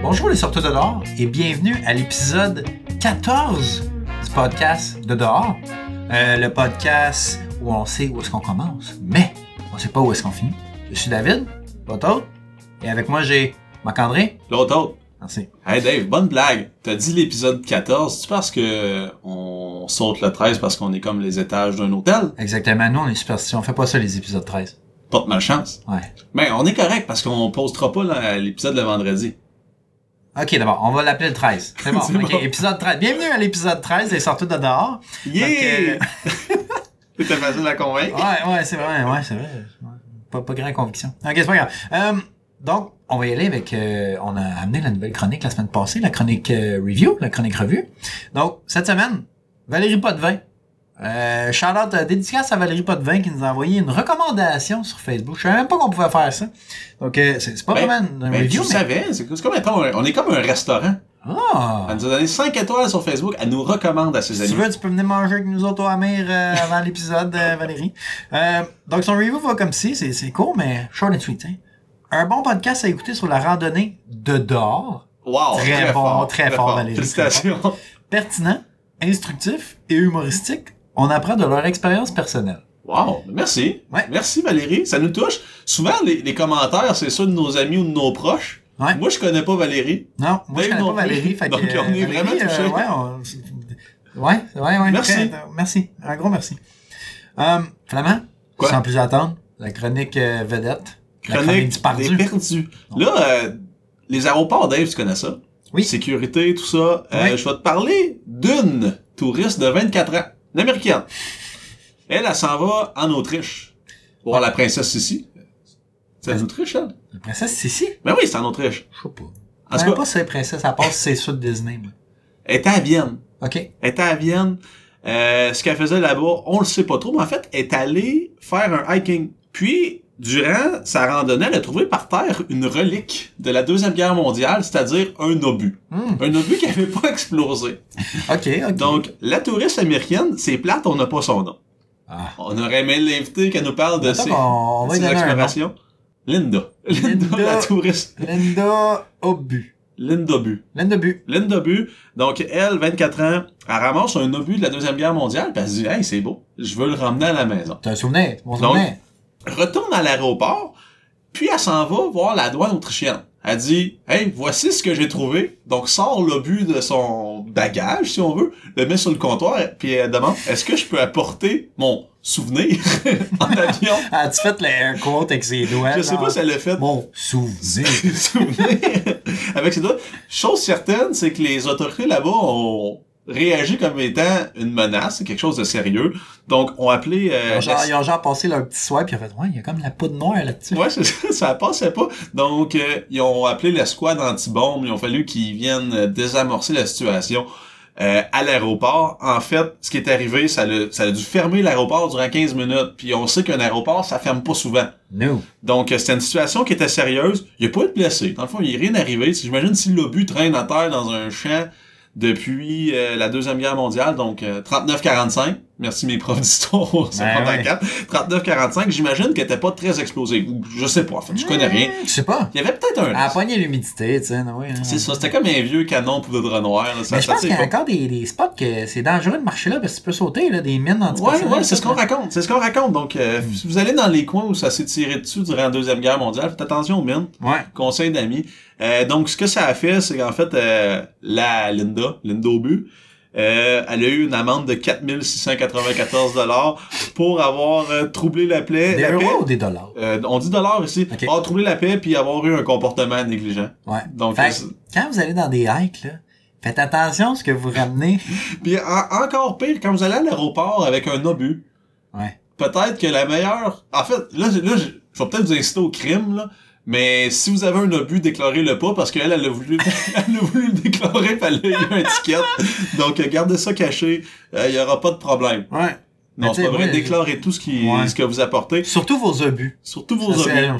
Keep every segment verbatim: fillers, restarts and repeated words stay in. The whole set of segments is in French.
Bonjour les sorteurs de dehors et bienvenue à l'épisode quatorze du podcast de dehors. Euh, le podcast où on sait où est-ce qu'on commence, mais on sait pas où est-ce qu'on finit. Je suis David, votre hôte, et avec moi j'ai Marc-André. L'autre hôte. Merci. Hey Dave, bonne blague. T'as dit l'épisode quatorze, c'est parce que on saute le treize parce qu'on est comme les étages d'un hôtel? Exactement, nous on est superstitieux, on fait pas ça les épisodes treize. Pas de malchance. Ouais. Mais on est correct parce qu'on postera pas là, l'épisode le vendredi. Ok, d'abord, on va l'appeler le treize. C'est bon, C'est ok, bon. Épisode treize. Bienvenue à l'épisode treize des sorteurs de dehors. Yeah! Donc, euh, C'était facile à convaincre. Ouais, ouais, c'est vrai, ouais, c'est vrai. Ouais. Pas, pas grande conviction. Ok, c'est pas grave. Euh, donc, on va y aller avec... Euh, on a amené la nouvelle chronique la semaine passée, la chronique euh, review, la chronique revue. Donc, cette semaine, Valérie Potvin. Euh, shout-out, euh, dédicace à Valérie Potvin qui nous a envoyé une recommandation sur Facebook. Je savais même pas qu'on pouvait faire ça. Donc, euh, c'est, c'est pas Ben, vraiment une Mais review, tu mais... savais, c'est, c'est comme étant un- on est comme un restaurant. Ah! Elle nous a donné cinq étoiles sur Facebook, elle nous recommande à ses Si amis. tu veux, tu peux venir manger avec nous autres au Amir euh, avant l'épisode, euh, Valérie. Euh, donc, son review va comme ci, c'est, c'est court, mais short and sweet. Hein? Un bon podcast à écouter sur la randonnée de dehors. Wow, Très très, bon, fort, très fort, Valérie, Félicitations. Pertinent, instructif et humoristique. On apprend de leur expérience personnelle. Wow, merci. Ouais. Merci Valérie, ça nous touche. Souvent, les, les commentaires, c'est ceux de nos amis ou de nos proches. Ouais. Moi, je connais pas Valérie. Non, moi, je Dave connais non pas plus. Valérie. Fait que, Donc, on est euh, Valérie, vraiment touchés. euh, ouais, on... ouais, ouais, ouais. Merci. Très, euh, merci. Un gros merci. Euh, Flamand, Quoi? sans plus attendre, la chronique euh, vedette. La chronique Chronique du perdu. des perdus. Là, euh, les aéroports, Dave, tu connais ça? Oui. Sécurité, tout ça. Euh, Oui. Je vais te parler d'une touriste de vingt-quatre ans, une Américaine. Elle, elle s'en va en Autriche. Pour voir la princesse Sissi. C'est en Autriche, elle? La princesse Sissi? Ben oui, c'est en Autriche. Je sais pas. En Je tout sais cas, pas si c'est princesse, ça passe c'est sûr de Disney. Moi. elle était à Vienne. OK. Elle était à Vienne. Euh, ce qu'elle faisait là-bas, on le sait pas trop, mais en fait, elle est allée faire un hiking. Puis, durant sa randonnée, elle a trouvé par terre une relique de la Deuxième Guerre mondiale, c'est-à-dire un obus. Hmm. Un obus qui avait pas explosé. OK, OK. Donc, la touriste américaine, c'est plate, on n'a pas son nom. Ah. On aurait aimé l'inviter qu'elle nous parle de Attends, ses, on, on va ses lui donner un nom. explorations. Linda. Linda, Linda. la touriste. Linda Obu. Linda Bu. Linda Bu. Linda Bu, donc elle, vingt-quatre ans, elle ramasse un obus de la Deuxième Guerre mondiale, puis elle se dit « Hey, c'est beau, je veux le ramener à la maison. T'as un souvenir? Mon Donc, souvenir? » Retourne à l'aéroport, puis elle s'en va voir la douane autrichienne. Elle dit « Hey, voici ce que j'ai trouvé. » Donc, sort l'obus de son bagage, si on veut, le met sur le comptoir, puis elle demande « Est-ce que je peux apporter mon souvenir en avion? » As-tu fait le air quote avec ses doigts? Je sais genre? pas si elle l'a fait. Mon souvenir. Souvenir avec ses doigts. Chose certaine, c'est que les autorités là-bas ont réagi comme étant une menace, c'est quelque chose de sérieux. Donc, ont appelé... Euh, Ils ont, genre, la- ils ont genre passé leur petit swipe, puis ils ont fait, ouais, il y a comme la poudre noire là-dessus. Ouais, c'est ça, ça passait pas. Donc, euh, ils ont appelé la squad anti-bombe, il ont fallu qu'ils viennent euh, désamorcer la situation euh, à l'aéroport. En fait, ce qui est arrivé, ça a, ça a dû fermer l'aéroport durant quinze minutes. Puis on sait qu'un aéroport, ça ferme pas souvent. No. Donc, euh, c'était une situation qui était sérieuse. Il n'y a pas eu de blessé. Dans le fond, il n'y a rien arrivé. J'imagine si l'obus traîne à terre dans un champ depuis euh, la Deuxième Guerre mondiale, donc euh, trente-neuf quarante-cinq. Merci mes profs d'histoire au cinquante-quatre. trente-neuf quarante-cinq, j'imagine qu'elle était pas très explosée. Ou je sais pas, en fait, je connais rien. Je sais pas. Il y avait peut-être un... Elle a pogné l'humidité, tu sais, non, oui. hein. C'est ça, c'était comme un vieux canon poudre noire. Là. Ça, Mais je ça pense qu'il y tire a pas. encore des, des spots que c'est dangereux de marcher là, parce que tu peux sauter, là, des mines Ouais, antipersonnelles. ouais, c'est ce qu'on là. raconte. C'est ce qu'on raconte. Donc, euh, Hmm. si vous allez dans les coins où ça s'est tiré dessus durant la Deuxième Guerre mondiale, faites attention aux mines. Ouais. Conseil d'amis. Euh, donc, ce que ça a fait, c'est qu'en fait, euh, la Linda, Linda Obu, euh, elle a eu une amende de quatre mille six cent quatre-vingt-quatorze dollars pour avoir euh, troublé la plaie. Des la euros paix. ou des dollars? Euh, on dit dollars ici. Ok. Avoir troublé la paix puis avoir eu un comportement négligent. Ouais. Donc, Fait euh, que, quand vous allez dans des hikes, là, faites attention à ce que vous ramenez. puis en- encore pire, quand vous allez à l'aéroport avec un obus, Ouais. peut-être que la meilleure... En fait, là, je- là je je vais peut-être vous inciter au crime, là, mais si vous avez un obus, déclarez-le pas, parce qu'elle, elle a voulu, elle a voulu le déclarer, puis elle a eu un ticket. Donc, euh, gardez ça caché, il euh, y aura pas de problème. Ouais. Mais Non, tu c'est sais, pas vrai, moi, déclarez tout ce qui, Ouais. ce que vous apportez. Surtout vos obus. Surtout vos Ça, c'est- obus. Je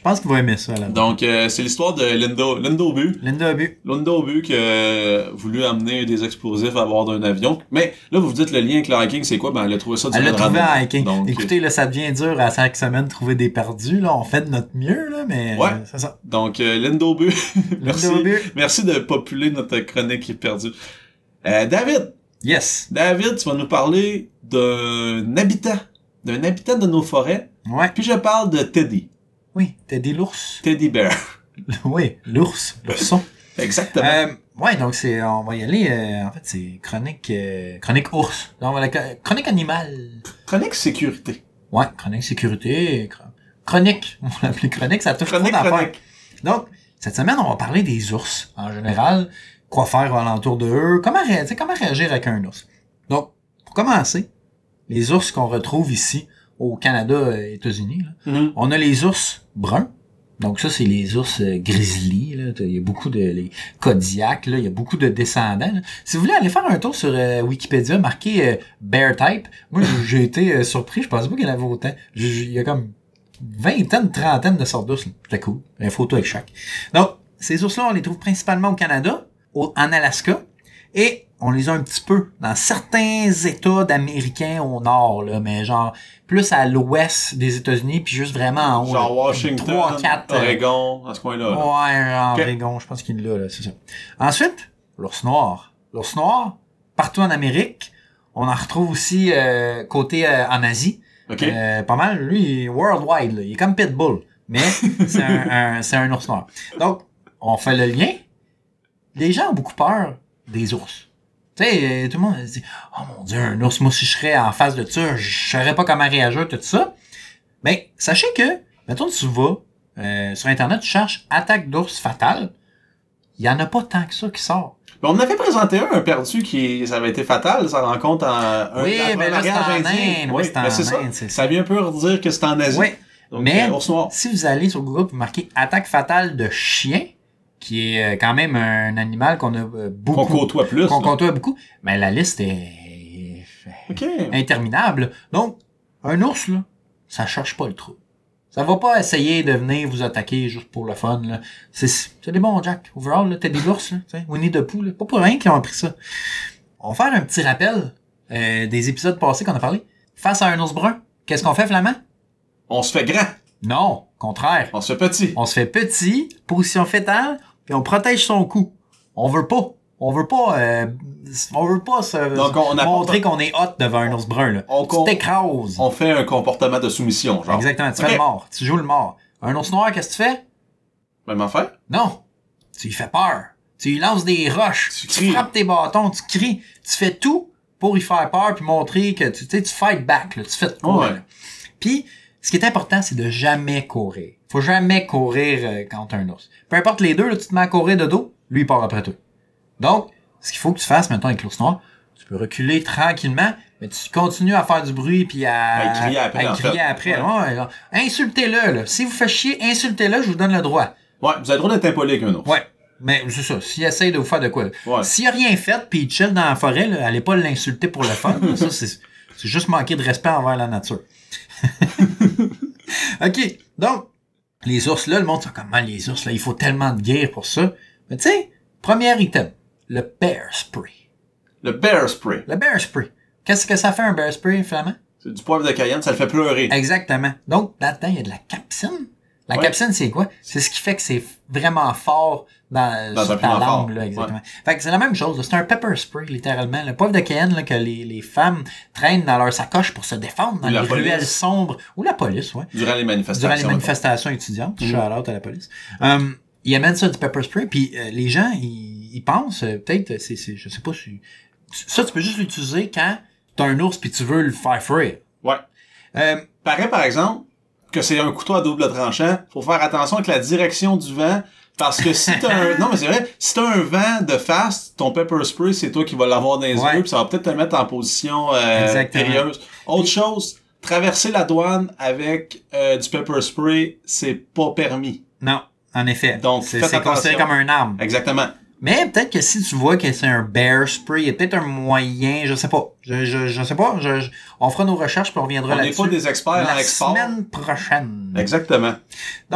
pense qu'il va aimer ça, là. Donc, euh, c'est l'histoire de Linda, Linda Obu. Linda Obu. Linda Obu qui a voulu amener des explosifs à bord d'un avion. Mais là, vous vous dites le lien avec le hiking, c'est quoi? Ben, elle a trouvé ça du Elle l'a trouvé en hiking. Donc, écoutez, là, ça devient dur à chaque semaine de trouver des perdus, là. On fait de notre mieux, là, mais ouais. euh, c'est ça. Donc, euh, Linda Obu, merci. Linda Obu. Merci de populer notre chronique perdue. Euh, David. Yes. David, tu vas nous parler d'un habitant. D'un habitant de nos forêts. Ouais. Puis je parle de Teddy. Oui, Teddy l'ours. Teddy Bear. Oui, l'ours, l'ourson. Exactement. Euh, ouais, donc c'est, on va y aller, euh, en fait, c'est chronique, euh, chronique ours. Donc, la chronique animale. Chronique sécurité. Ouais, chronique sécurité, chronique. On va l'appeler chronique, ça touche trop d'affaires. Donc, cette semaine, on va parler des ours, en général. Quoi faire alentour de eux, comment, ré- comment réagir avec un ours. Donc, pour commencer, les ours qu'on retrouve ici, au Canada et États-Unis, là, Mm-hmm. on a les ours bruns. Donc ça, c'est les ours euh, grizzly. Là. Il y a beaucoup de... les Kodiak, là, il y a beaucoup de descendants. Là. Si vous voulez aller faire un tour sur euh, Wikipédia, marquez euh, Bear Type. Moi, j'ai été euh, surpris. Je pensais pas qu'il y en avait autant. Il y a comme vingtaine, trentaine de sortes d'ours. C'était cool. Une photo avec chaque. Donc, ces ours-là, on les trouve principalement au Canada, au, en Alaska, et on les a un petit peu dans certains États d'Américains au nord, là, mais genre plus à l'ouest des États-Unis, puis juste vraiment en haut. Genre Washington, trois, quatre, Oregon, à ce coin-là. Là. Ouais, genre Okay. Oregon, je pense qu'il est là, là, c'est ça. Ensuite, l'ours noir. L'ours noir, partout en Amérique. On en retrouve aussi euh, côté euh, en Asie. OK. Euh, pas mal, lui, il est worldwide, là. Il est comme Pitbull, mais c'est un, un, c'est un ours noir. Donc, on fait le lien. Les gens ont beaucoup peur des ours. Tu sais, tout le monde se dit « Oh mon Dieu, un ours, moi si je serais en face de ça, je saurais pas comment réagir, tout ça. » Mais sachez que, mettons tu vas euh, sur Internet, tu cherches « attaque d'ours fatale », il y en a pas tant que ça qui sort. Mais on avait présenté un, un perdu qui, ça avait été fatal, sa rencontre en, un, oui, un mais là, c'est en indien. Inde. Oui, c'est en mais c'est ça. Inde, c'est ça vient un peu redire que c'est en Asie. Oui. Donc, mais, euh, ours noir. si vous allez sur Google, vous marquez « attaque fatale de chien », qui est quand même un animal qu'on a beaucoup. Qu'on côtoie plus. Qu'on là. côtoie beaucoup. Mais la liste est okay. interminable. Donc, un ours, là, ça cherche pas le trou. Ça va pas essayer de venir vous attaquer juste pour le fun, là. C'est, c'est des bons Jack. Overall, là, t'as des ours, là. T'sais, Winnie the Pooh, là. Pas pour rien qu'ils ont appris ça. On va faire un petit rappel euh, des épisodes passés qu'on a parlé. Face à un ours brun, qu'est-ce qu'on fait, Flamand? On se fait grand. Non, contraire. On se fait petit. On se fait petit, position fétale, puis on protège son cou. On veut pas. On veut pas euh, on veut pas se Donc, on montrer qu'on est hot devant un ours brun. Là. On, tu t'écrases. On fait un comportement de soumission, genre. Exactement, tu okay. fais le mort. Tu joues le mort. Un ours noir, qu'est-ce que tu fais? Même affaire? Non. Tu lui fais peur. Tu lui lances des roches. Tu, tu frappes tes bâtons, tu cries. Tu fais tout pour lui faire peur puis montrer que tu sais, tu fight back. Là. Tu fais de quoi. Ouais. Là. Puis, ce qui est important, c'est de jamais courir. Faut jamais courir euh, contre un ours. Peu importe les deux, là, tu te mets à courir de dos, lui, il part après toi. Donc, ce qu'il faut que tu fasses maintenant avec l'ours noir, tu peux reculer tranquillement, mais tu continues à faire du bruit puis à, à crier après. À crier en fait. après. Ouais. Ouais, insultez-le. Là. Si vous faites chier, insultez-le, je vous donne le droit. Ouais, vous avez le droit d'être impoli avec un ours. Ouais. Mais c'est ça, s'il essaye de vous faire de quoi. Ouais. S'il a rien fait puis il chill dans la forêt, là, allez pas l'insulter pour le fun. Ça, c'est, c'est juste manquer de respect envers la nature. OK. Donc, les ours là, le monde dit comment les ours là, il faut tellement de gear pour ça. Mais tu sais, premier item, le bear spray. Le bear spray. Le bear spray. Qu'est-ce que ça fait un bear spray, Flamand? C'est du poivre de Cayenne, ça le fait pleurer. Exactement. Donc, là-dedans, il y a de la capsine. La ouais. capsine, c'est quoi? C'est ce qui fait que c'est vraiment fort dans, dans sur ta langue, là, exactement. Ouais. Fait que c'est la même chose, là. C'est un pepper spray, littéralement. Le poivre de Cayenne, là, que les, les femmes traînent dans leur sacoche pour se défendre dans ou les ruelles sombres. Ou la police, ouais. Durant les manifestations. Durant les manifestations étudiantes. Mm-hmm. Shout out à la police. Um, ils amènent ça du pepper spray, puis euh, les gens, ils, ils pensent, euh, peut-être, c'est, c'est, je sais pas si... Ça, tu peux juste l'utiliser quand t'as un ours puis tu veux le faire frire. Ouais. Euh, Paraît, par exemple, que c'est un couteau à double tranchant. Faut faire attention avec la direction du vent. Parce que si t'as un, non, mais c'est vrai, si t'as un vent de face, ton pepper spray, c'est toi qui vas l'avoir dans les ouais. yeux, puis ça va peut-être te mettre en position, euh, périlleuse. Autre chose, traverser la douane avec, euh, du pepper spray, c'est pas permis. Non, en effet. Donc, c'est, c'est considéré comme un arme. Exactement. Mais peut-être que si tu vois que c'est un bear spray, il y a peut-être un moyen, je sais pas. Je, je, je sais pas. Je, je, on fera nos recherches puis on reviendra on là-dessus. On n'est pas des experts la en export. La semaine prochaine. Exactement. Donc,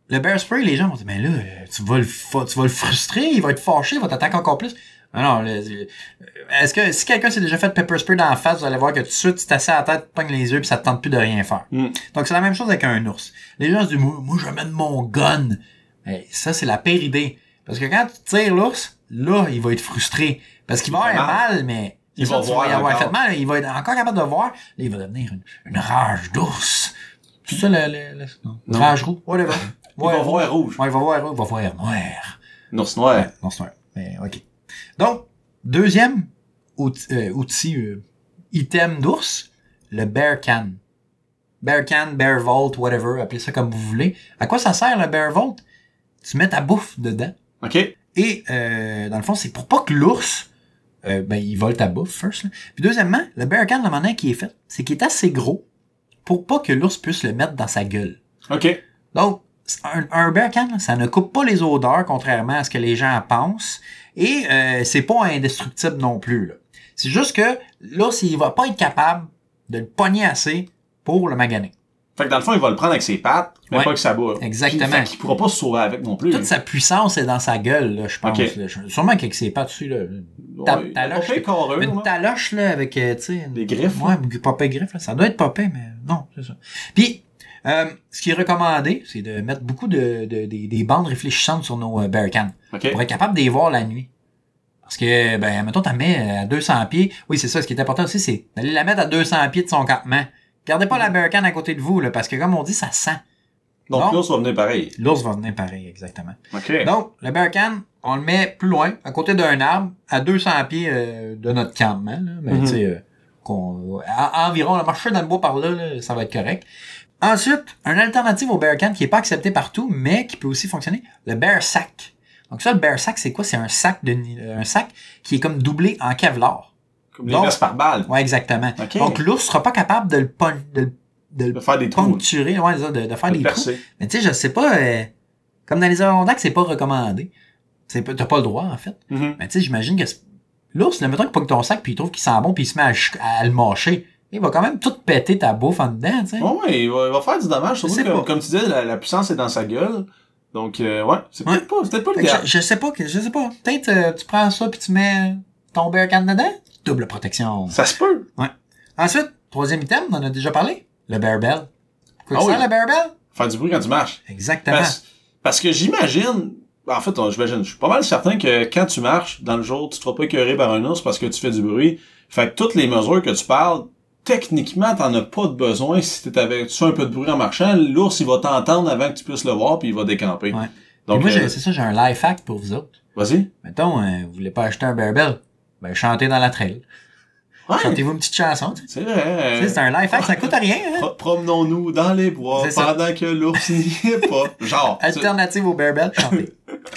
le bear spray, les gens vont dire, mais là, tu vas le, fa- tu vas le frustrer, il va être fâché, il va t'attaquer encore plus. Non, non, le- est-ce que, si quelqu'un s'est déjà fait pepper spray dans la face, vous allez voir que tout de suite, tu t'assieds à la tête, tu pognes les yeux, puis ça te tente plus de rien faire. Mm. Donc, c'est la même chose avec un ours. Les gens se disent, moi, moi j'amène mon gun. Hey, ça, c'est la pire idée. Parce que quand tu tires l'ours, là, il va être frustré. Parce qu'il va avoir mal, mal mais il va ça, voir tu vas y avoir encore. fait mal, il va être encore capable de voir. Là, il va devenir une, une rage d'ours. C'est ça, le, le, le non. Non. Rage rouge, whatever. Il va voir rouge. Ouais, il va voir rouge, il va voir noir. Un ours noir. Ouais, non, c'est noir. Mais, ok. Donc, deuxième outil, euh, outil euh, item d'ours, le bear can. Bear can, bear vault, whatever, appelez ça comme vous voulez. À quoi ça sert, le bear vault? Tu mets ta bouffe dedans. OK. Et, euh, dans le fond, c'est pour pas que l'ours, euh, ben, il vole ta bouffe, first, là. Puis deuxièmement, le bear can, la manière qui est fait, c'est qu'il est assez gros pour pas que l'ours puisse le mettre dans sa gueule. OK. Donc, un, un bear can, là, ça ne coupe pas les odeurs, contrairement à ce que les gens pensent. Et euh, c'est pas indestructible non plus, là. C'est juste que l'ours, il va pas être capable de le pogner assez pour le maganer. Fait que dans le fond, il va le prendre avec ses pattes, mais Ouais. pas avec sa bouche. Exactement. Puis, fait qu'il pourra pas se sauver avec non plus. Toute sa puissance est dans sa gueule, là, je pense. Ok. Là. Sûrement qu'avec ses pattes dessus, là. Ta, Ouais, ta il a loche, pas fait carreux, une là. taloche, là, avec, euh, tu sais... une- Des griffes. Ouais, popé griffe, là. Ça doit être popé, mais non, c'est ça. Puis, euh, ce qui est recommandé, c'est de mettre beaucoup de, de, des, des bandes réfléchissantes sur nos euh, bear cans. OK. Pour être capable de les voir la nuit. Parce que, ben, mettons, t'en mets à deux cents pieds. Oui, c'est ça. Ce qui est important aussi, c'est d'aller la mettre à deux cents pieds de son campement. Gardez pas la bear can à côté de vous, là, parce que comme on dit, ça sent. Donc, Donc, l'ours va venir pareil. L'ours va venir pareil, exactement. OK. Donc, le bear can, on le met plus loin, à côté d'un arbre, à deux cents pieds euh, de notre campement, là. Mais, Mhm. tu sais, euh, qu'on, à, environ, là, marcher dans le bois par là, là, ça va être correct. Ensuite, une alternative au bear can qui est pas accepté partout, mais qui peut aussi fonctionner, le bear sack. Donc ça, le bear sack, c'est quoi? C'est un sac de, ni- un sac qui est comme doublé en Kevlar. Comme les Donc- vestes par balle. Ouais, exactement. OK. Donc l'ours sera pas capable de le, pon- de, le- de le De faire des trous. poncturer, ouais, ça, de, de faire De des trous. percer. Mais tu sais, je sais pas, euh, comme dans les Adirondacks, c'est pas recommandé. C'est pas- t'as pas le droit, en fait. Mhm. Mais tu sais, j'imagine que c'est- l'ours, le mettons qu'il pogne ton sac puis il trouve qu'il sent bon puis il se met à, ch- à le mâcher. Il va quand même tout péter ta bouffe en dedans, tu sais. Ouais, ouais, il va, il va faire du dommage. Surtout sais comme, pas. comme tu disais, la, la puissance est dans sa gueule. Donc, euh, ouais, c'est Ouais. peut-être pas, c'est peut-être pas Fait que l'idéal. je, je sais pas, que je sais pas. Peut-être euh, tu prends ça puis tu mets ton bear can dedans. Double protection. Ça se peut. Ensuite, troisième item, on en a déjà parlé. Le bear bell. Quoi Ah que oui. ça, le bear bell? Faire du bruit quand tu marches. Exactement. Parce, parce que j'imagine, en fait, on- j'imagine, je suis pas mal certain que quand tu marches dans le jour, tu te feras pas écœurer par un ours parce que tu fais du bruit. Fait que toutes les mesures que tu parles, techniquement, t'en as pas de besoin si t'es avec, tu fais un peu de bruit en marchant. L'ours, il va t'entendre avant que tu puisses le voir puis il va décamper. Ouais. Donc, Puis moi, euh, j'ai- c'est ça, j'ai un life hack pour vous autres. vas-y. Mettons, euh, vous voulez pas acheter un bear bell? Ben, chantez dans la trail. Ouais, Chantez-vous une petite chanson, tu sais. c'est vrai. Tu sais, c'est un life hack, ça coûte rien, hein? Pro- Promenons-nous dans les bois C'est ça. pendant que l'ours n'y est pas. Genre. Alternative au bear bell, chantez.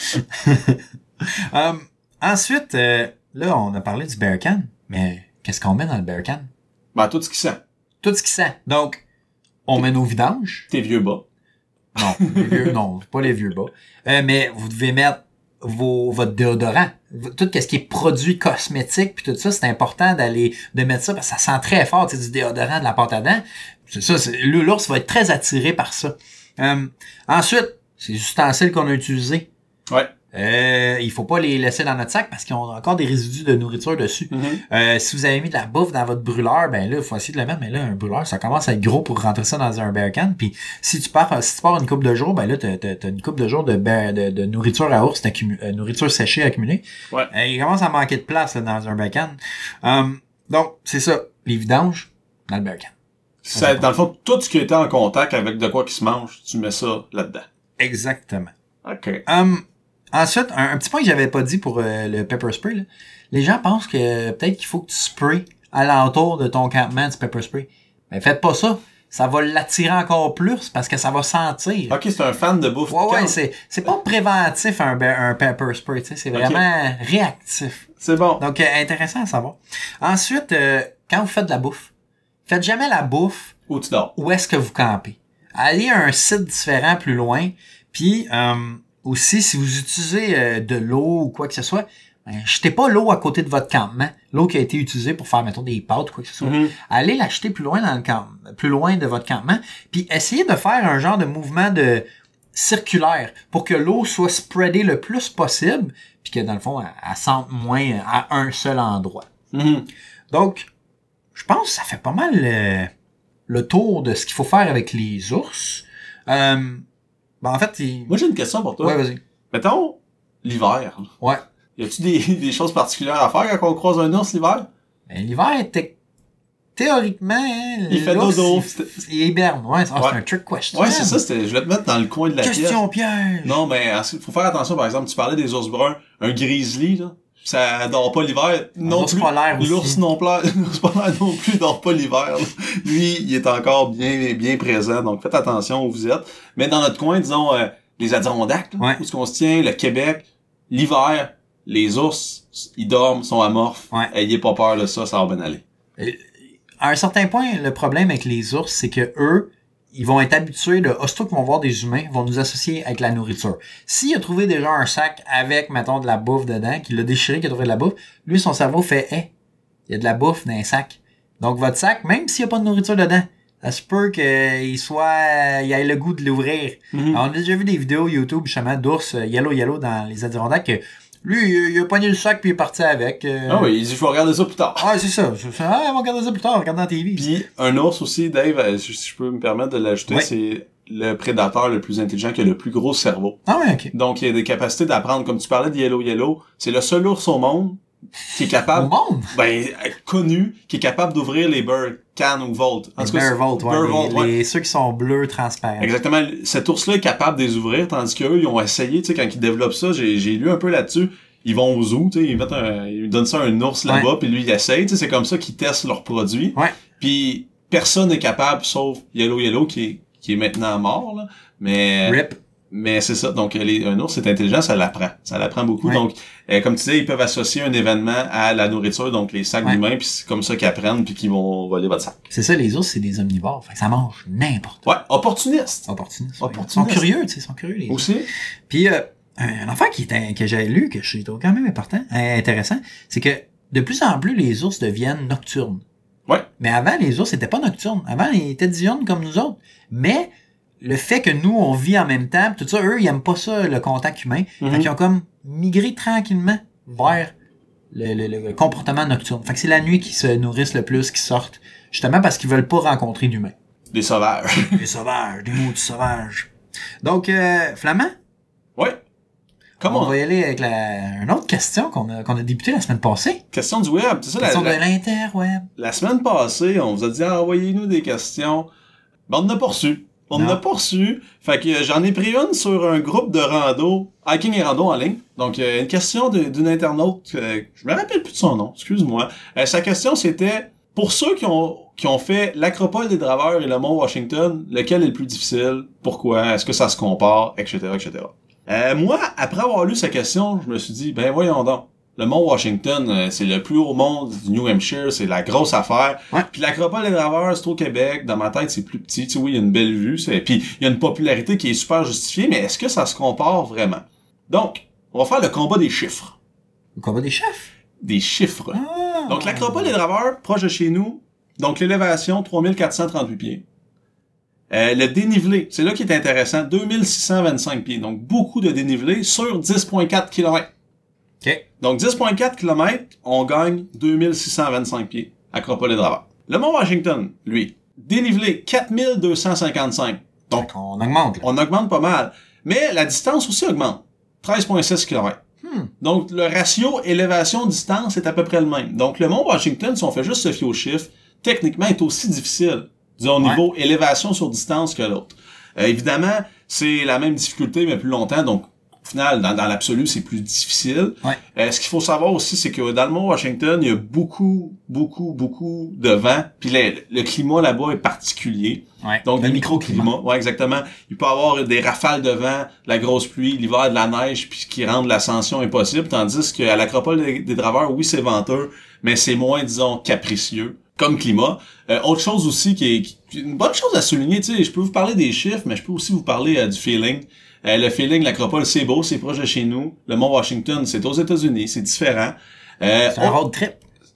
um, ensuite, euh, là, on a parlé du bear can, mais qu'est-ce qu'on met dans le bear can? Ben, tout ce qui sent. Tout ce qui sent. Donc, on met nos vidanges. Tes vieux bas. Non, les vieux, non, pas les vieux bas. Euh, mais vous devez mettre vos, votre déodorant. Tout ce qui est produit cosmétique puis tout ça, c'est important d'aller, de mettre ça parce que ça sent très fort, tu sais, du déodorant, de la pâte à dents. C'est ça, c'est, l'ours va être très attiré par ça. Euh, ensuite, ces ustensiles qu'on a utilisés. Ouais. Euh, il faut pas les laisser dans notre sac parce qu'ils ont encore des résidus de nourriture dessus. Mm-hmm. Euh, si vous avez mis de la bouffe dans votre brûleur, ben là, il faut essayer de le mettre, mais là, un brûleur, ça commence à être gros pour rentrer ça dans un bear can. Puis si tu pars, si tu pars une couple de jours, ben là, t'as, t'as, t'as une couple de jours de, bear- de, de nourriture à ours, d'accumu- euh, nourriture séchée accumulée. Ouais. Euh, il commence à manquer de place là, dans un bear can. Um, donc, c'est ça. Les vidanges dans le bear can. Ça, dans le fond, tout ce qui était en contact avec de quoi qui se mange, tu mets ça là-dedans. Exactement. OK. Um, ensuite, un, un petit point que j'avais pas dit pour euh, le pepper spray, là. Les gens pensent que peut-être qu'il faut que tu sprays alentour de ton campement du pepper spray. Mais faites pas ça. Ça va l'attirer encore plus parce que ça va sentir. OK, c'est un fan de bouffe. Ouais, ouais, piquante. c'est, c'est pas préventif un, be- un pepper spray, tu sais, c'est vraiment réactif. C'est bon. Donc, euh, intéressant à savoir. Ensuite, euh, quand vous faites de la bouffe, faites jamais la bouffe Où tu dors. où est-ce que vous campez. Allez à un site différent plus loin, puis euh, aussi, si vous utilisez euh, de l'eau ou quoi que ce soit, ben, jetez pas l'eau à côté de votre campement, l'eau qui a été utilisée pour faire, mettons, des pâtes ou quoi que ce soit. Mhm. Allez l'acheter plus loin dans le camp, plus loin de votre campement, puis essayez de faire un genre de mouvement de circulaire pour que l'eau soit spreadée le plus possible puis que dans le fond, elle, elle sente moins à un seul endroit. Mm-hmm. Donc, je pense que ça fait pas mal le, le tour de ce qu'il faut faire avec les ours. Euh, ben en fait, il... Moi, j'ai une question pour toi. Ouais, vas-y. Mettons, l'hiver. Ouais. Y a-tu des, des choses particulières à faire quand on croise un ours l'hiver? Ben, l'hiver, thé- théoriquement, hein, Il fait l'ours, dodo. Il, il hiberne. Ouais, c'est, Ouais. c'est un trick question. Ouais, c'est ça. C'était, je voulais te mettre dans le coin de la pièce. Question piège. Non, mais il faut faire attention, par exemple, tu parlais des ours bruns. Un grizzly, là. Ça dort pas l'hiver. Non l'ours plus. polaire aussi. L'ours non plus, l'ours polaire non plus dort pas l'hiver, là. Lui, il est encore bien, bien présent. Donc, faites attention où vous êtes. Mais dans notre coin, disons, euh, les Adirondacks, là, Ouais. où est-ce qu'on se tient, le Québec, l'hiver, les ours, ils dorment, sont amorphes. Ouais. Ayez pas peur de ça, ça va bien aller. À un certain point, le problème avec les ours, c'est que eux, ils vont être habitués de, aussitôt qu'ils vont voir des humains, ils vont nous associer avec la nourriture. S'il a trouvé déjà un sac avec, mettons, de la bouffe dedans, qu'il l'a déchiré, qu'il a trouvé de la bouffe, lui, son cerveau fait, hey, il y a de la bouffe dans un sac. Donc, votre sac, même s'il n'y a pas de nourriture dedans, ça se peut qu'il soit, il ait le goût de l'ouvrir. Mm-hmm. Alors, on a déjà vu des vidéos YouTube, justement, d'ours euh, yellow yellow dans les Adirondacks, que lui, il, il a pogné le sac puis il est parti avec. Euh... Ah oui, il dit, je vais regarder ça plus tard. Ah, c'est ça. Je fais, ah, on va regarder ça plus tard, on regarde dans la T V. Puis un ours aussi, Dave, euh, si je peux me permettre de l'ajouter, Ouais. c'est le prédateur le plus intelligent qui a le plus gros cerveau. Ah ouais, ok. Donc il a des capacités d'apprendre, comme tu parlais de Yellow Yellow, c'est le seul ours au monde qui est Au capable, monde? ben connu, qui est capable d'ouvrir les bear can ou vault. En Les tout cas, Bear c'est- Vault, ouais. Bear les, Vault, ouais. les- ceux qui sont bleus transparents. Exactement. Cet ours-là est capable de les ouvrir, tandis qu'eux, ils ont essayé, tu sais, quand ils développent ça, j'ai, j'ai lu un peu là-dessus, ils vont au zoo, tu sais, ils mettent un, ils donnent ça à un ours là-bas, Ouais. puis lui, il essaye, tu sais, c'est comme ça qu'ils testent leurs produits. Ouais. Puis personne n'est capable, sauf Yellow Yellow, qui est, qui est maintenant mort, là. Mais, Rip. mais c'est ça. Donc, les, un ours, c'est intelligent, ça l'apprend. Ça l'apprend beaucoup. Ouais. Donc, euh, comme tu disais, ils peuvent associer un événement à la nourriture, donc les sacs Ouais. d'humains, puis c'est comme ça qu'ils apprennent, puis qu'ils vont voler votre sac. C'est ça, les ours, c'est des omnivores. Fait que ça mange n'importe Ouais, opportuniste. quoi. Opportunistes. ouais. Opportunistes. Ils sont curieux, tu sais, ils sont curieux, les ours. Aussi. Puis, euh, un affaire qui était, que j'ai lu, que je trouve quand même important, euh, intéressant, c'est que de plus en plus, les ours deviennent nocturnes. Ouais. Mais avant, les ours n'étaient pas nocturnes. Avant, ils étaient diurnes comme nous autres. Mais le fait que nous, on vit en même temps, tout ça, eux, ils aiment pas ça, le contact humain. Mhm. Fait qu'ils ont comme migré tranquillement vers le, le, le comportement nocturne. Fait que c'est la nuit qu'ils se nourrissent le plus, qu'ils sortent. Justement parce qu'ils veulent pas rencontrer d'humains. Des sauvages. Des sauvages, des mots de sauvages. Donc, euh, Flamand, Ouais. Comment? on va y aller avec la, une autre question qu'on a, qu'on a débuté la semaine passée. Question du web. C'est ça, la, Question la, de l'interweb. la semaine passée, on vous a dit, ah, envoyez-nous des questions. Ben, on n'a pas reçu. On Non. n'a pas reçu. Fait que euh, j'en ai pris une sur un groupe de rando, hiking et rando en ligne. Donc, euh, une question de- d'une internaute, euh, je me rappelle plus de son nom, excuse-moi. Euh, sa question, c'était, pour ceux qui ont, qui ont fait l'Acropole des Draveurs et le Mont Washington, lequel est le plus difficile? Pourquoi? Est-ce que ça se compare? Etc., et cetera. Euh, moi, après avoir lu sa question, je me suis dit, ben voyons donc. Le Mont Washington, euh, c'est le plus haut mont du New Hampshire, c'est la grosse affaire. Ouais. Puis l'Acropole des Draveurs, c'est au Québec. Dans ma tête, c'est plus petit. Tu sais, oui, il y a une belle vue. C'est... Puis il y a une popularité qui est super justifiée, mais est-ce que ça se compare vraiment? Donc, on va faire le combat des chiffres. Le combat des chefs. Des chiffres. Ah. Donc, l'Acropole des Draveurs, proche de chez nous. Donc, l'élévation, trois mille quatre cent trente-huit pieds. Euh, le dénivelé, c'est là qui est intéressant, deux mille six cent vingt-cinq pieds. Donc, beaucoup de dénivelé sur dix virgule quatre kilomètres. OK. Donc, dix virgule quatre kilomètres, on gagne deux mille six cent vingt-cinq pieds. Acropole des Draveurs. Le Mont Washington, lui, dénivelé quatre mille deux cent cinquante-cinq. Donc, Donc, on augmente, là. on augmente pas mal. Mais la distance aussi augmente. treize virgule six kilomètres. Hmm. Donc, le ratio élévation-distance est à peu près le même. Donc, le Mont Washington, si on fait juste se fier aux chiffres, techniquement, est aussi difficile, disons, au Ouais. niveau élévation sur distance que l'autre. Euh, évidemment, c'est la même difficulté, mais plus longtemps. Donc, au final, dans, dans l'absolu, c'est plus difficile. Ouais. Euh, ce qu'il faut savoir aussi, c'est que dans le Mont Washington, il y a beaucoup, beaucoup, beaucoup de vent. Puis le, le climat là-bas est particulier. Ouais. Donc, le des microclimat. microclimats. Ouais, exactement. Il peut y avoir des rafales de vent, de la grosse pluie, l'hiver de la neige, puis qui rendent l'ascension impossible. Tandis qu'à l'Acropole des, des Draveurs, oui, c'est venteux, mais c'est moins, disons, capricieux comme climat. Euh, autre chose aussi qui est, qui, une bonne chose à souligner, tu sais, je peux vous parler des chiffres, mais je peux aussi vous parler euh, du feeling. Euh, le feeling, l'Acropole, c'est beau, c'est proche de chez nous. Le Mont Washington, c'est aux États-Unis, c'est différent. Euh, C'est un on- road trip.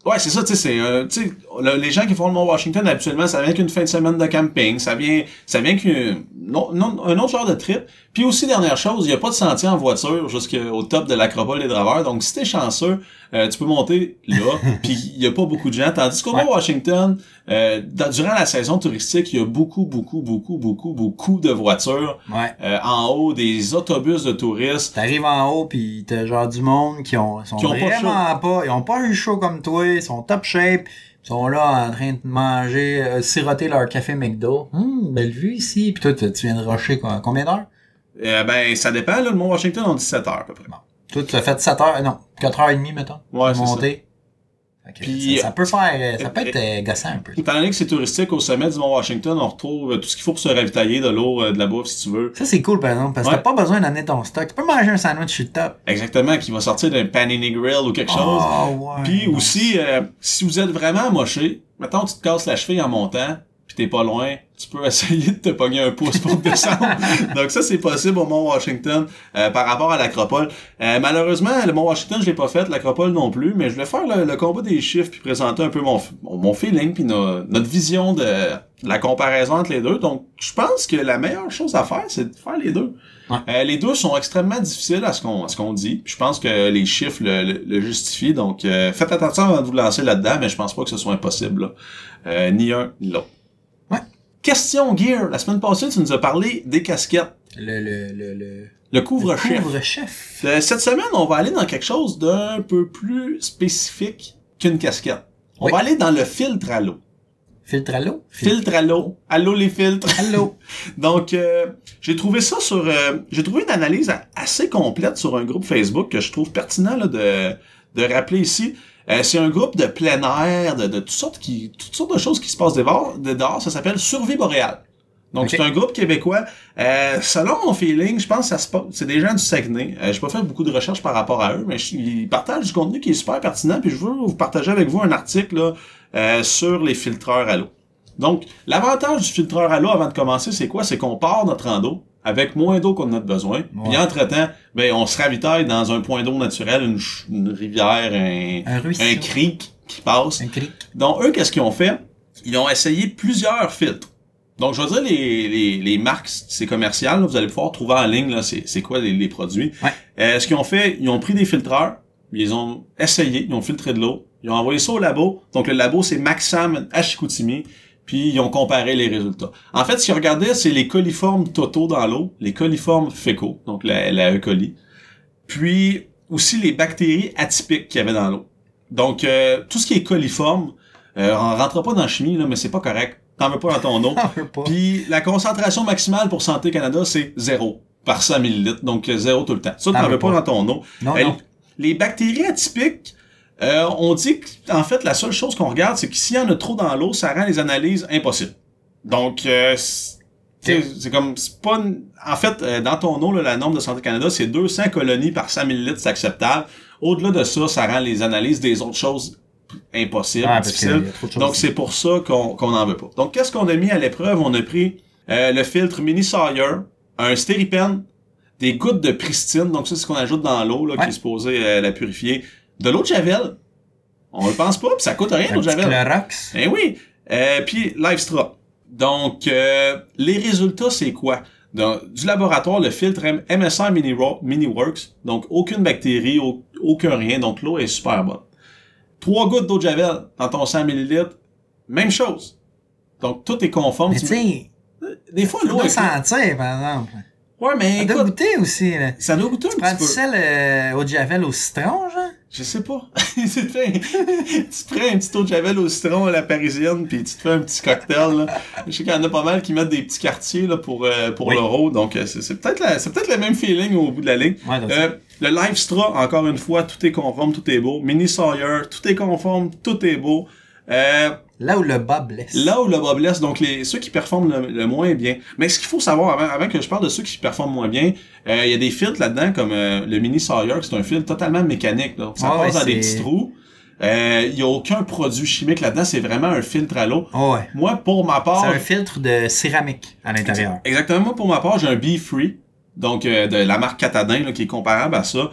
Ouais, c'est ça, tu sais, c'est, euh, tu sais, le- les gens qui font le Mont Washington, habituellement, ça vient qu'une fin de semaine de camping, ça vient, ça vient qu'un non, non, un autre genre de trip. Puis aussi, dernière chose, il y a pas de sentier en voiture jusqu'au top de l'Acropole des Draveurs, donc si t'es chanceux, euh, tu peux monter là, puis il y a pas beaucoup de gens, tandis qu'au Ouais. Mont Washington, euh, dans- durant la saison touristique, il y a beaucoup, beaucoup, beaucoup, beaucoup, beaucoup de voitures, Ouais. euh, en haut, des autobus de touristes. T'arrives en haut pis t'as genre du monde qui ont sont Qui ont pas vraiment pas, ils ont pas eu chaud comme toi, ils sont top shape, ils sont là en train de manger, euh, siroter leur café McDo. Hum, belle vue ici. Puis toi, tu tu viens de rusher quoi, combien d'heures? Euh, ben, ça dépend, là, le Mont Washington, on dit sept heures, à peu près. Toi, tu as fait sept heures, euh, non, quatre heures et demie, mettons. Ouais, pour c'est monter. Fait que Puis, ça, ça peut faire, euh, ça euh, peut être euh, gossant un peu. Étant donné que c'est touristique, au sommet du Mont Washington, on retrouve euh, tout ce qu'il faut pour se ravitailler, de l'eau, euh, de la bouffe, si tu veux. Ça, c'est cool, par exemple, parce que Ouais. t'as pas besoin d'amener ton stock. Tu peux manger un sandwich sur le top. Exactement, qui va sortir d'un Panini Grill ou quelque chose. Oh, ouais. Puis non. aussi, euh, si vous êtes vraiment amoché, mettons tu te casses la cheville en montant, puis t'es pas loin, tu peux essayer de te pogner un pouce pour descendre. Donc ça, c'est possible au Mont Washington euh, par rapport à l'Acropole. Euh, malheureusement, le Mont Washington, je l'ai pas fait, l'Acropole non plus, mais je voulais faire le, le combat des chiffres puis présenter un peu mon, mon, mon feeling puis no- notre vision de la comparaison entre les deux. Donc, je pense que la meilleure chose à faire, c'est de faire les deux. Ouais. Euh, les deux sont extrêmement difficiles à ce qu'on à ce qu'on dit. Je pense que les chiffres le, le, le justifient. Donc, euh, faites attention avant de vous lancer là-dedans, mais je pense pas que ce soit impossible. Là. Euh, ni un ni l'autre. Ouais. Question gear. La semaine passée, tu nous as parlé des casquettes. Le, le, le, le... Le couvre-chef. Couvre-chef. Euh, Cette semaine, on va aller dans quelque chose d'un peu plus spécifique qu'une casquette. On Oui. va aller dans le filtre à l'eau. Filtre à l'eau? Filtre à l'eau. Allô les filtres. Allô? Donc, euh, j'ai trouvé ça sur... euh, j'ai trouvé une analyse a- assez complète sur un groupe Facebook que je trouve pertinent là, de, de rappeler ici. Euh, c'est un groupe de plein air, de, de toutes sortes qui, toutes sortes de choses qui se passent dehors. De dehors. Ça s'appelle Survie boréale. Donc, Okay. c'est un groupe québécois. Euh, selon mon feeling, je pense que ça se passe. C'est des gens du Saguenay. Euh, j'ai pas fait beaucoup de recherches par rapport à eux, mais je- ils partagent du contenu qui est super pertinent. Puis je veux vous partager avec vous un article là, euh, sur les filtreurs à l'eau. Donc, l'avantage du filtreur à l'eau avant de commencer, c'est quoi? C'est qu'on part notre rando avec moins d'eau qu'on en a besoin. Ouais. Puis entre-temps, ben, on se ravitaille dans un point d'eau naturel, une, ch- une rivière, un, Un ruisseau. un creek qui passe. Un cric. Donc, eux, qu'est-ce qu'ils ont fait? Ils ont essayé plusieurs filtres. Donc, je vais dire les, les, les marques, c'est commercial, là, vous allez pouvoir trouver en ligne, là, c'est, c'est quoi les, les produits. Ouais. Euh, ce qu'ils ont fait, ils ont pris des filtreurs, ils ont essayé, ils ont filtré de l'eau, ils ont envoyé ça au labo. Donc, le labo, c'est Maxam à Chicoutimi, puis ils ont comparé les résultats. En fait, ce qu'ils regardaient, c'est les coliformes totaux dans l'eau, les coliformes fécaux, donc la, la E. coli, puis aussi les bactéries atypiques qu'il y avait dans l'eau. Donc, euh, tout ce qui est coliforme, euh, on rentre pas dans la chimie, là, mais c'est pas correct. T'en veux pas dans ton eau. On veut pas. Puis la concentration maximale pour Santé Canada, c'est zéro par cent millilitres. Donc zéro tout le temps. Ça, t'en veux pas dans ton eau. Non, Euh, non. Les bactéries atypiques, euh, on dit qu'en fait, la seule chose qu'on regarde, c'est que s'il y en a trop dans l'eau, ça rend les analyses impossibles. Donc, euh, c'est t'sais, c'est comme, c'est pas... une- En fait, euh, dans ton eau, là, la norme de Santé Canada, c'est deux cents colonies par cent millilitres, c'est acceptable. Au-delà de ça, ça rend les analyses des autres choses impossibles, Ah, parce qu'il y difficiles. a trop de choses. Donc, c'est pour ça qu'on qu'on n'en veut pas. Donc, qu'est-ce qu'on a mis à l'épreuve? On a pris euh, le filtre Mini Sawyer, un stéripen, des gouttes de pristine, donc ça, c'est ce qu'on ajoute dans l'eau, là, Ouais. qui est supposé euh, la purifier. De l'eau de Javel. On le pense pas, puis ça coûte rien, Un l'eau de petit Javel. Clorox. Eh oui. Euh, puis Livestra. Donc, euh, les résultats, c'est quoi? Dans, du laboratoire, le filtre M- MSR Mini, Ro- Mini Works. Donc, aucune bactérie, au- aucun rien. Donc, l'eau est super bonne. Trois gouttes d'eau de Javel dans ton cent millilitres. Même chose. Donc, tout est conforme. Mais tu sais, Des fois, ça l'eau doit est... sentir, par exemple. Ouais, mais Ça doit écoute, goûter aussi, là. ça doit goûter un Tu prends petit du peu. sel euh, au Javel au citron, genre? Je sais pas. tu, te fais un... tu te prends un petit eau de Javel au citron à la parisienne, puis tu te fais un petit cocktail. Là. Je sais qu'il y en a pas mal qui mettent des petits quartiers là, pour, euh, pour Oui. l'euro, donc euh, c'est, c'est, peut-être la, c'est peut-être le même feeling au bout de la ligne. Ouais, donc Euh, le Livestra, encore une fois, tout est conforme, tout est beau. Mini Sawyer, tout est conforme, tout est beau. Euh, là où le bas blesse. Là où le bas blesse, donc les ceux qui performent le, le moins bien. Mais ce qu'il faut savoir avant, avant que je parle de ceux qui performent moins bien, euh, il y a des filtres là-dedans comme euh, le Mini Sawyer, c'est un filtre totalement mécanique. Là. Ça Ah passe ouais, dans des c'est- petits trous. Euh, Il y a aucun produit chimique là-dedans, c'est vraiment un filtre à l'eau. Oh, ouais. Moi, pour ma part, C'est un filtre de céramique à l'intérieur. exactement, moi pour ma part, j'ai un Be Free, donc euh, de la marque Catadin là, qui est comparable à ça.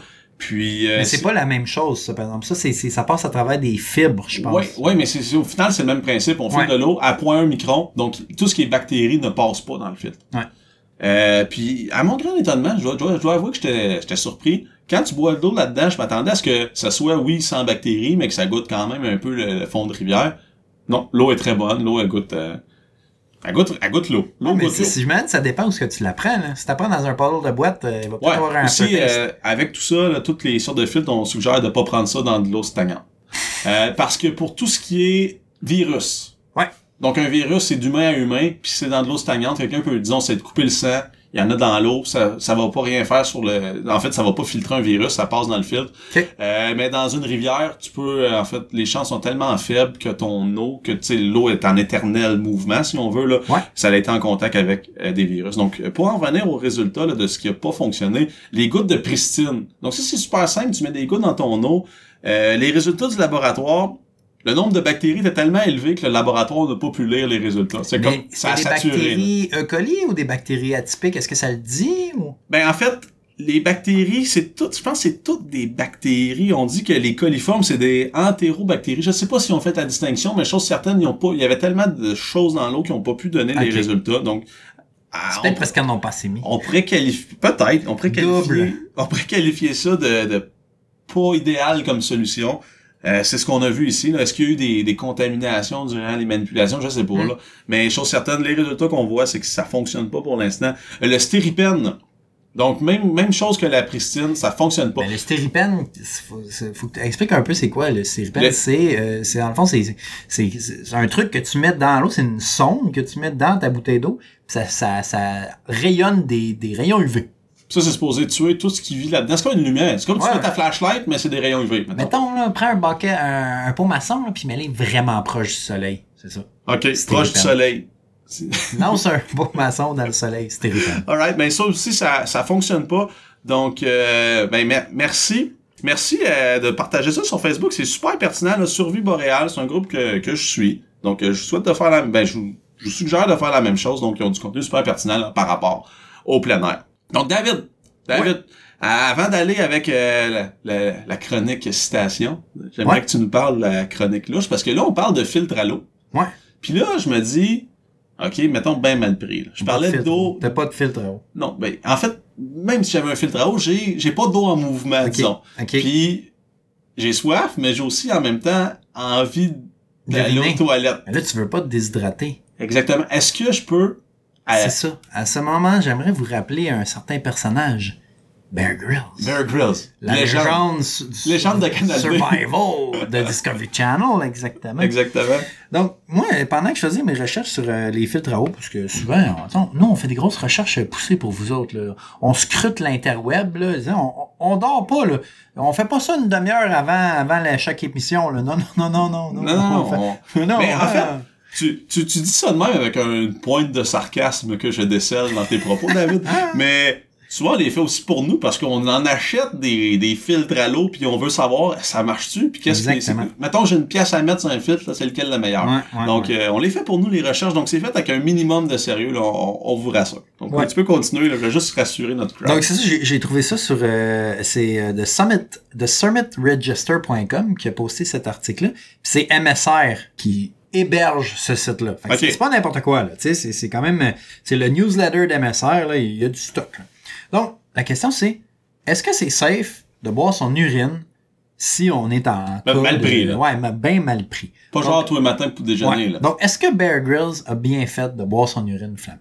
Puis, euh, mais c'est, c'est pas la même chose, ça, par exemple. Ça, c'est, c'est, ça passe à travers des fibres, je pense. Oui, ouais, mais c'est, c'est, au final, c'est le même principe. On filtre ouais. de l'eau à zéro virgule un micron. Donc, tout ce qui est bactéries ne passe pas dans le filtre. Ouais. Euh, puis, à mon grand étonnement, je dois, je dois, je dois avouer que j'étais, j'étais surpris. Quand tu bois de l'eau là-dedans, je m'attendais à ce que ça soit, oui, sans bactéries, mais que ça goûte quand même un peu le, le fond de rivière. Non, l'eau est très bonne. L'eau, elle goûte... Euh, Elle goûte, elle goûte l'eau. l'eau ouais, mais goûte si, l'eau. si je me dis, ça dépend où ce que tu la prends. Là. Si tu prends dans un bottle de boîte, euh, il va peut-être ouais, avoir un aussi, peu euh, avec tout ça, là, toutes les sortes de filtres, on suggère de pas prendre ça dans de l'eau stagnante. euh, parce que pour tout ce qui est virus, ouais. donc un virus, c'est d'humain à humain, puis c'est dans de l'eau stagnante, quelqu'un peut, disons, c'est de couper le sang, il y en a dans l'eau, ça ça va pas rien faire sur le... En fait, ça va pas filtrer un virus, ça passe dans le filtre. Okay. Euh, mais dans une rivière, tu peux... En fait, les chances sont tellement faibles que ton eau, que tu sais, l'eau est en éternel mouvement, si on veut, là. Ouais. Ça a été en contact avec euh, des virus. Donc, pour en revenir au résultat là, de ce qui a pas fonctionné, les gouttes de pristine. Donc, ça, c'est super simple, tu mets des gouttes dans ton eau. Euh, les résultats du laboratoire... Le nombre de bactéries était tellement élevé que le laboratoire n'a pas pu lire les résultats. C'est mais comme ça a des saturé. Bactéries E. coli ou des bactéries atypiques? Est-ce que ça le dit? Ou... Ben en fait, les bactéries, c'est tout. Je pense que c'est toutes des bactéries. On dit que les coliformes, c'est des entérobactéries. Je sais pas si on fait la distinction, mais chose certaine, ils ont pas. Il y avait tellement de choses dans l'eau qui n'ont pas pu donner okay. les résultats. Donc c'est peut-être parce qu'ils n'en ont pas assez mis. On pourrait qualifier. Peut-être. On pourrait qualifier. Double. On pourrait qualifier ça de, de pas idéal comme solution. Euh, c'est ce qu'on a vu ici. Là. Est-ce qu'il y a eu des, des contaminations durant les manipulations? Je sais pas. Mm. Là. Mais chose certaine, les résultats qu'on voit, c'est que ça fonctionne pas pour l'instant. Euh, le stéripène, donc même même chose que la pristine, ça fonctionne pas. Mais le stéripène, faut, faut que tu expliques un peu c'est quoi le stéripène. Le... C'est, euh, c'est dans le fond, c'est, c'est, c'est un truc que tu mets dans l'eau, c'est une sonde que tu mets dans ta bouteille d'eau, pis ça, ça, ça rayonne des, des rayons U V. Ça, c'est supposé tuer tout ce qui vit là-dedans. C'est comme une lumière. C'est comme ouais. tu mets ta flashlight, mais c'est des rayons U V. Mettons, mettons là, prends un baquet, un, un pot maçon, là, puis mets-les vraiment proche du soleil. C'est ça. OK, proche du soleil. Non, c'est un pot maçon dans le soleil. C'est terrible. Alright, ben ça aussi, ça ça fonctionne pas. Donc, euh, ben mer- merci. Merci euh, de partager ça sur Facebook. C'est super pertinent. Là. Survie boréale, c'est un groupe que, que je suis. Donc, euh, je souhaite de faire la... Ben, je vous, je vous suggère de faire la même chose. Donc, ils ont du contenu super pertinent là, par rapport au plein air. Donc, David, David, ouais. avant d'aller avec euh, la, la, la chronique citation, j'aimerais ouais. que tu nous parles de la chronique louche, parce que là, on parle de filtre à l'eau. Ouais. Puis là, je me dis, OK, mettons bien mal pris. Là. Je pas parlais d'eau... T'as pas de filtre à eau. Non, ben, en fait, même si j'avais un filtre à eau, j'ai j'ai pas d'eau en mouvement, okay. disons. Okay. Puis, j'ai soif, mais j'ai aussi, en même temps, envie d'aller aux toilettes. Mais là, tu veux pas te déshydrater. Exactement. Est-ce que je peux... C'est ça. À ce moment, j'aimerais vous rappeler un certain personnage. Bear Grylls. Bear Grylls. La légende, légende, su- légende de Canal D. Survival de Discovery Channel, exactement. Exactement. Donc, moi, pendant que je faisais mes recherches sur euh, les filtres à eau, parce que souvent, on, nous, on fait des grosses recherches poussées pour vous autres. Là. On scrute l'interweb, là. On, on dort pas, là. On fait pas ça une demi-heure avant, avant la, chaque émission, là. Non, non, non, non, non. Non, non, non. On fait... non mais on, en fait... Tu, tu, tu dis ça de même avec une pointe de sarcasme que je décèle dans tes propos, David. Mais souvent, on les fait aussi pour nous parce qu'on en achète des, des filtres à l'eau puis on veut savoir, ça marche-tu? Puis qu'est-ce que c'est? Mettons, j'ai une pièce à mettre sur un filtre, là, c'est lequel le meilleur? Ouais, ouais, donc, ouais. Euh, on les fait pour nous, les recherches. Donc, c'est fait avec un minimum de sérieux, là, on, on vous rassure. Donc, ouais. tu peux continuer, là, je vais juste rassurer notre crowd. Donc, c'est ça, j'ai, j'ai trouvé ça sur, euh, c'est euh, de Summit, de summit register point com qui a posté cet article-là. Puis c'est M S R qui héberge ce site-là. Fait que okay. C'est pas n'importe quoi, là. Tu sais, c'est, c'est quand même, c'est le newsletter d'M S R, là, il y a du stock, là. Donc, la question c'est, est-ce que c'est safe de boire son urine si on est en... Ben, mal pris, de, là. Ouais, bien mal pris. Pas donc, genre tous les matins pour déjeuner, ouais. là. Donc, est-ce que Bear Grylls a bien fait de boire son urine, Flamme?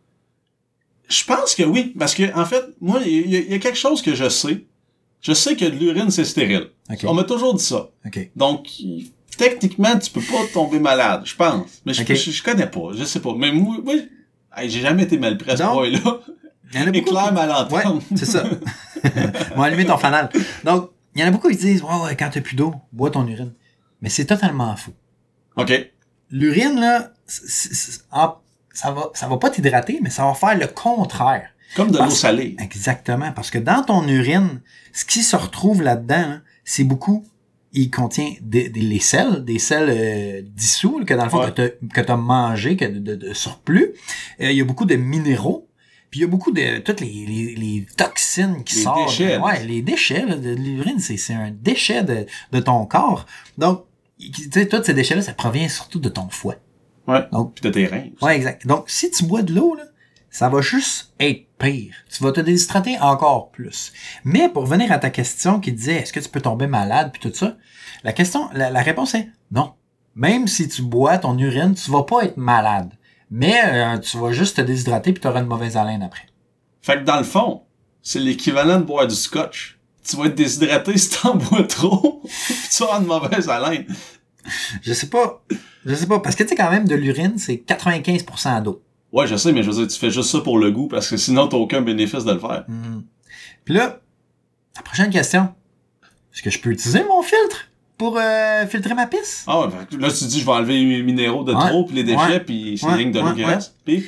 Je pense que oui, parce que, en fait, moi, il y, y a quelque chose que je sais. Je sais que de l'urine, c'est stérile. Okay. On m'a toujours dit ça. Okay. Donc, techniquement, tu peux pas tomber malade, je pense. Mais je, okay. je, je connais pas, je sais pas. Mais moi, moi j'ai jamais été mal pris à ce point-là. Éclair mal entendre. Ouais, c'est ça. On va allumer ton fanal. Donc, il y en a beaucoup qui disent, ouais, ouais, quand t'as plus d'eau, bois ton urine. Mais c'est totalement faux. OK. L'urine, là, c'est, c'est, ah, ça va, ça va pas t'hydrater, mais ça va faire le contraire. Comme de parce, l'eau salée. Exactement. Parce que dans ton urine, ce qui se retrouve là-dedans, là, c'est beaucoup, il contient des, des les sels, des sels euh, dissous, que dans le fond, ouais. que t'as, que t'as mangé, que de, de, de surplus. Euh, il y a beaucoup de minéraux. Puis il y a beaucoup de toutes les, les, les toxines qui Les sortent. déchets. Ouais, les déchets là, de l'urine, c'est, c'est un déchet de, de ton corps. Donc, tu sais, tous ces déchets-là, ça provient surtout de ton foie. Ouais. Donc, Puis de tes reins. aussi. ouais, exact. Donc, si tu bois de l'eau, là, ça va juste être pire. Tu vas te déshydrater encore plus. Mais pour revenir à ta question qui disait est-ce que tu peux tomber malade puis tout ça, la question, la, la réponse est non. Même si tu bois ton urine, tu vas pas être malade. Mais euh, tu vas juste te déshydrater puis tu auras une mauvaise haleine après. Fait que dans le fond, c'est l'équivalent de boire du scotch. Tu vas être déshydraté si t'en bois trop, puis tu vas avoir une mauvaise haleine. Je sais pas. Je sais pas. Parce que tu sais quand même de l'urine, c'est quatre-vingt-quinze pour cent d'eau. Ouais, je sais, mais je veux dire, tu fais juste ça pour le goût, parce que sinon, t'as aucun bénéfice de le faire. Mm. Puis là, la prochaine question. Est-ce que je peux utiliser mon filtre pour euh, filtrer ma pisse? Ah ouais, fait que là, tu dis, je vais enlever les minéraux de Ouais. trop, puis les déchets, Ouais. puis c'est Ouais. rien que de l'eau Ouais. qui Ouais. reste. Puis,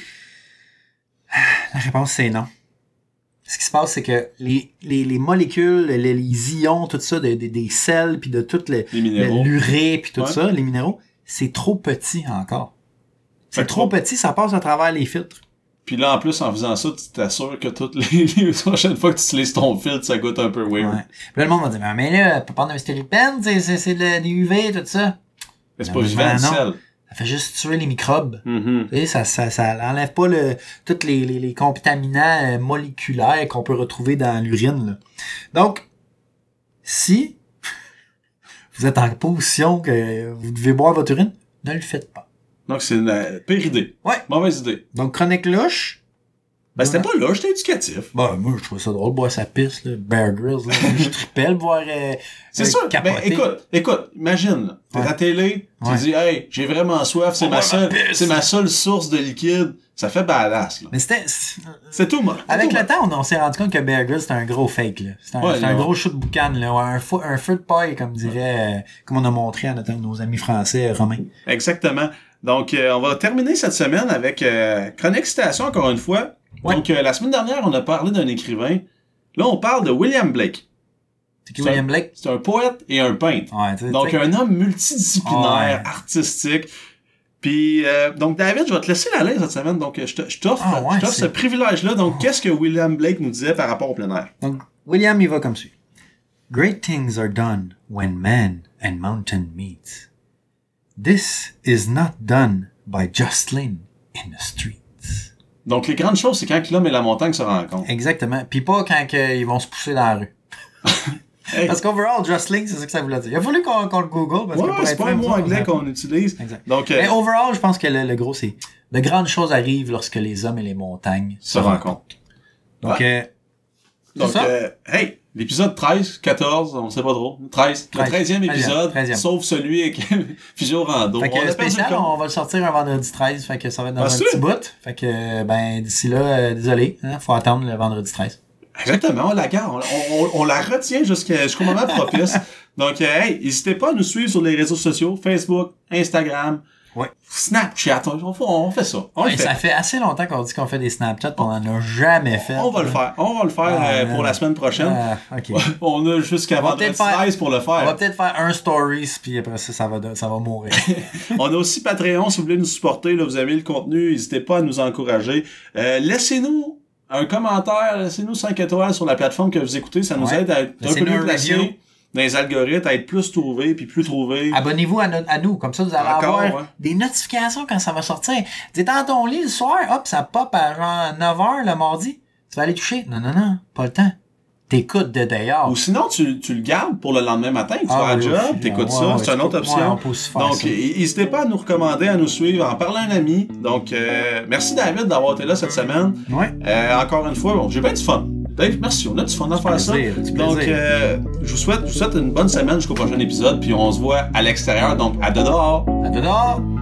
La réponse, c'est non. Ce qui se passe, c'est que les, les, les molécules, les, les ions, tout ça, de, de- des sels, puis de tout le, les minéraux. le- l'urée, puis tout Ouais. ça, les minéraux, c'est trop petit encore. C'est Fait que trop pas- petit, ça passe à travers les filtres. Puis là, en plus, en faisant ça, tu t'assures que toutes les, les prochaines fois que tu utilises ton filtre, ça goûte un peu weird. Ouais. Puis là, le monde va dire, mais là, pour prendre un stéripène, c'est, c'est, c'est de, des U V, tout ça. Mais c'est Non, pas vivant, du non. sel. Ça fait juste tuer les microbes. Mhm. Tu sais, ça, ça, ça enlève pas le, tous les, les, les contaminants euh, moléculaires qu'on peut retrouver dans l'urine, là. Donc, si vous êtes en position que vous devez boire votre urine, ne le faites pas. Donc, c'est une euh, pire idée. Ouais. Mauvaise idée. Donc, chronique louche. Ben, c'était pas là, j'étais éducatif. Bah, moi, je trouve ça drôle de boire sa pisse, là. Bear Grylls, là. Je tripelle de voir, euh, C'est euh, sûr. Ben, capoter. écoute, écoute, imagine, là. T'es Ouais. à la télé, tu Ouais. dis, hey, j'ai vraiment soif, c'est On ma boit ma seule, pisse. c'est ma seule source de liquide. Ça fait badass, là. Mais c'était, C'est tout, moi. avec le temps, on, on s'est rendu compte que Bear Grylls, c'était un gros fake, là. C'était un, Ouais, c'était un là. gros shoot de boucan, là. Ouais, un, fou, un feu de paille, comme dirait, euh, comme on a montré à notre, nos amis français, euh, romains. Exactement. Donc, euh, on va terminer cette semaine avec euh, chronique citation, encore une fois. Ouais. Donc, euh, la semaine dernière, on a parlé d'un écrivain. Là, on parle de William Blake. C'est qui C'est William Blake? C'est un poète et un peintre. Ouais, tu sais, Donc, tu sais. un homme multidisciplinaire, Ouais. artistique. Puis, euh, donc, David, je vais te laisser la lire cette semaine. Donc, je te- je t'offre Ah ouais, je t'offre c'est- ce privilège-là. Donc, Oh. qu'est-ce que William Blake nous disait par rapport au plein air? Donc, William, il va comme suit. Great things are done when man and mountain meet. This is not done by jostling in the streets. Donc, les grandes choses, c'est quand l'homme et la montagne se rencontrent. Exactement. Puis pas quand que ils vont se pousser dans la rue. Hey. Parce qu'overall, jostling, c'est ça que ça voulait dire. Il a fallu qu'on, qu'on le google. Parce que Ouais, pour c'est être pas vrai, un mot ça, anglais ça- qu'on utilise. Exact. Donc, euh, Mais overall, je pense que le, le gros, c'est de grandes choses arrivent lorsque les hommes et les montagnes se rencontrent. Donc, euh, c'est Donc, ça. euh, hey, l'épisode treize, quatorze, on sait pas trop. treize, le treize. treizième épisode, treizième. sauf celui avec Physio Rando. Fait que On a perdu spécial, le compte. on va le sortir un vendredi treize, fait que ça va être dans Ah, un c'est? petit bout. Fait que, euh, ben, d'ici là, euh, désolé, hein, faut attendre le vendredi treize. Exactement, on la garde, on, on, on la retient jusqu'à, jusqu'au moment propice. Donc, euh, hey, n'hésitez pas à nous suivre sur les réseaux sociaux, Facebook, Instagram, Ouais. Snapchat, on, fait- on fait ça. On Ouais, le fait. ça fait assez longtemps qu'on dit qu'on fait des Snapchats, on en a jamais fait. On va le faire. On va le faire Ah, euh, man. pour la semaine prochaine. Ah, ok. On a jusqu'à On va vendredi peut-être faire- treize pour le On va faire. peut-être faire un stories, puis après ça, ça va, ça va mourir. On a aussi Patreon, si vous voulez nous supporter, là, vous avez le contenu, n'hésitez pas à nous encourager. Euh, laissez-nous un commentaire, laissez-nous cinq étoiles sur la plateforme que vous écoutez, ça nous Ouais. aide à être un peu Laissez-nous mieux un placé review. dans les algorithmes, à être plus trouvé puis plus trouvé. Abonnez-vous à, no- à nous, comme ça vous allez Encore, avoir ouais. des notifications quand ça va sortir. Tu es dans ton lit le soir, hop, ça pop à genre neuf heures le mardi. Tu vas aller toucher. Non, non, non, pas le temps. T'écoutes de dehors. Ou sinon, tu, tu le gardes pour le lendemain matin, tu Ah, vas à oui, job, aussi. t'écoutes Ouais, ça, ouais, c'est une tu autre peux- ouais, option. on peut aussi faire Donc, ça. h- n'hésitez pas à nous recommander, à nous suivre, à en parler à un ami. Donc, euh, merci David d'avoir été là cette semaine. Ouais. Euh, encore une fois, bon, j'ai bien du fun. Dave, merci, on a du fun à faire ça. plaisir, du Donc, plaisir. euh, je vous souhaite, je vous souhaite une bonne semaine jusqu'au prochain épisode, puis on se voit à l'extérieur, donc à dehors. À dehors.